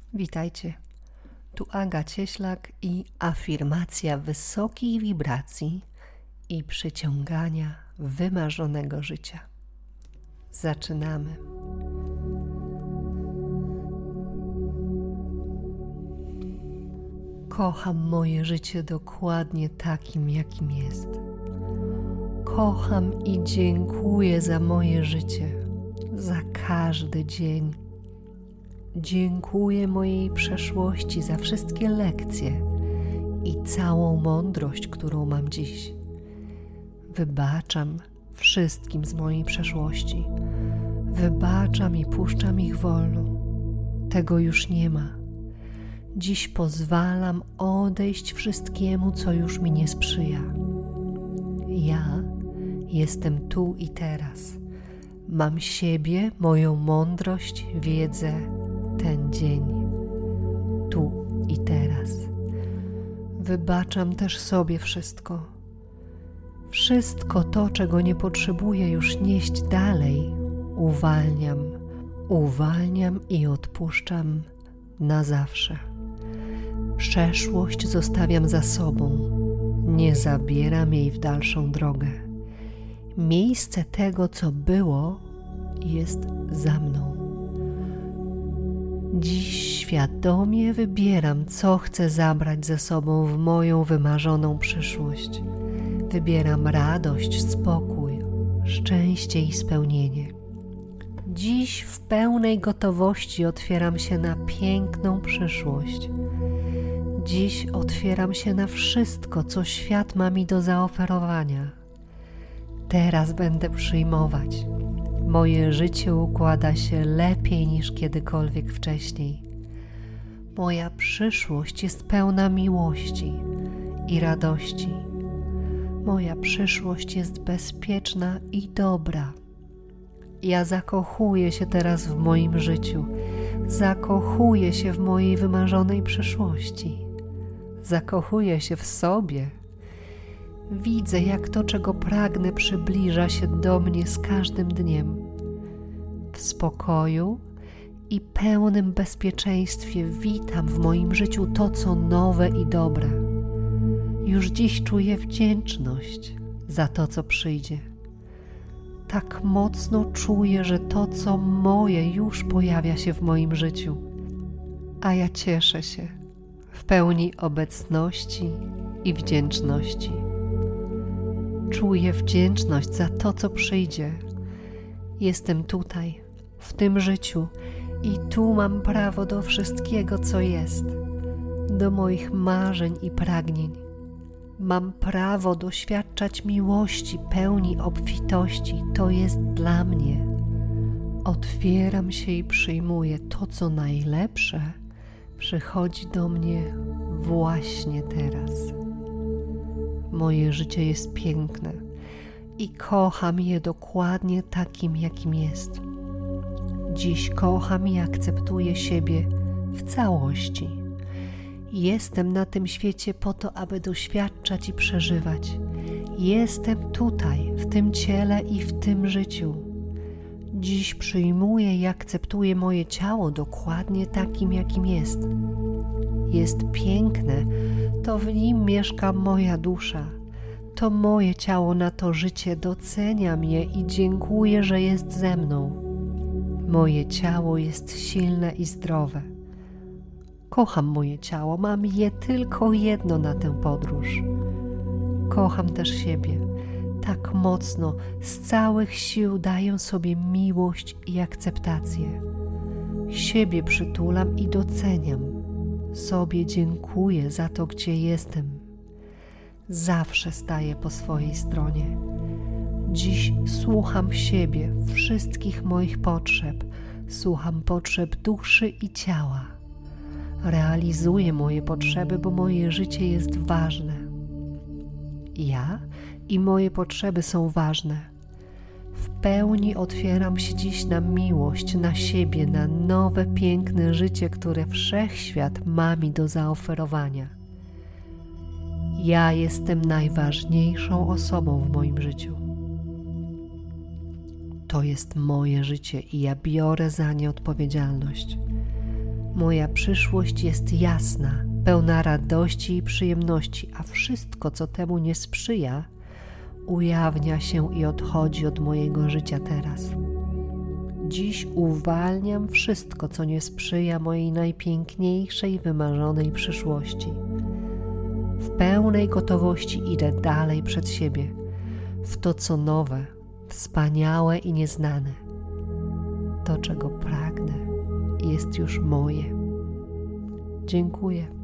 Witajcie, tu Aga Cieślak i afirmacja wysokiej wibracji i przyciągania wymarzonego życia. Zaczynamy. Kocham moje życie dokładnie takim, jakim jest. Kocham i dziękuję za moje życie, za każdy dzień. Dziękuję mojej przeszłości za wszystkie lekcje i całą mądrość, którą mam dziś. Wybaczam wszystkim z mojej przeszłości. Wybaczam i puszczam ich wolno. Tego już nie ma. Dziś pozwalam odejść wszystkiemu, co już mi nie sprzyja. Ja jestem tu i teraz. Mam siebie, moją mądrość, wiedzę, ten dzień, tu i teraz. Wybaczam też sobie wszystko. Wszystko to, czego nie potrzebuję już nieść dalej, uwalniam i odpuszczam na zawsze. Przeszłość zostawiam za sobą, nie zabieram jej w dalszą drogę. Miejsce tego, co było, jest za mną. Dziś świadomie wybieram, co chcę zabrać ze sobą w moją wymarzoną przyszłość. Wybieram radość, spokój, szczęście i spełnienie. Dziś w pełnej gotowości otwieram się na piękną przyszłość. Dziś otwieram się na wszystko, co świat ma mi do zaoferowania. Teraz będę przyjmować. Moje życie układa się lepiej niż kiedykolwiek wcześniej. Moja przyszłość jest pełna miłości i radości. Moja przyszłość jest bezpieczna i dobra. Ja zakochuję się teraz w moim życiu. Zakochuję się w mojej wymarzonej przyszłości. Zakochuję się w sobie. Widzę, jak to, czego pragnę, przybliża się do mnie z każdym dniem. W spokoju i pełnym bezpieczeństwie witam w moim życiu to, co nowe i dobre. Już dziś czuję wdzięczność za to, co przyjdzie. Tak mocno czuję, że to, co moje, już pojawia się w moim życiu. A ja cieszę się w pełni obecności i wdzięczności. Czuję wdzięczność za to, co przyjdzie. Jestem tutaj, w tym życiu i tu mam prawo do wszystkiego, co jest, do moich marzeń i pragnień. Mam prawo doświadczać miłości, pełni obfitości. To jest dla mnie. Otwieram się i przyjmuję to, co najlepsze, przychodzi do mnie właśnie teraz. Moje życie jest piękne i kocham je dokładnie takim, jakim jest. Dziś kocham i akceptuję siebie w całości. Jestem na tym świecie po to, aby doświadczać i przeżywać. Jestem tutaj, w tym ciele i w tym życiu. Dziś przyjmuję i akceptuję moje ciało dokładnie takim, jakim jest. Jest piękne, to w nim mieszka moja dusza. To moje ciało na to życie, doceniam je i dziękuję, że jest ze mną. Moje ciało jest silne i zdrowe. Kocham moje ciało, mam je tylko jedno na tę podróż. Kocham też siebie. Tak mocno, z całych sił daję sobie miłość i akceptację. Siebie przytulam i doceniam. Sobie dziękuję za to, gdzie jestem. Zawsze staję po swojej stronie. Dziś słucham siebie, wszystkich moich potrzeb. Słucham potrzeb duszy i ciała. Realizuję moje potrzeby, bo moje życie jest ważne. Ja i moje potrzeby są ważne. W pełni otwieram się dziś na miłość, na siebie, na nowe, piękne życie, które wszechświat ma mi do zaoferowania. Ja jestem najważniejszą osobą w moim życiu. To jest moje życie i ja biorę za nie odpowiedzialność. Moja przyszłość jest jasna, pełna radości i przyjemności, a wszystko, co temu nie sprzyja, ujawnia się i odchodzi od mojego życia teraz. Dziś uwalniam wszystko, co nie sprzyja mojej najpiękniejszej, wymarzonej przyszłości. W pełnej gotowości idę dalej przed siebie, w to, co nowe, wspaniałe i nieznane. To, czego pragnę, jest już moje. Dziękuję.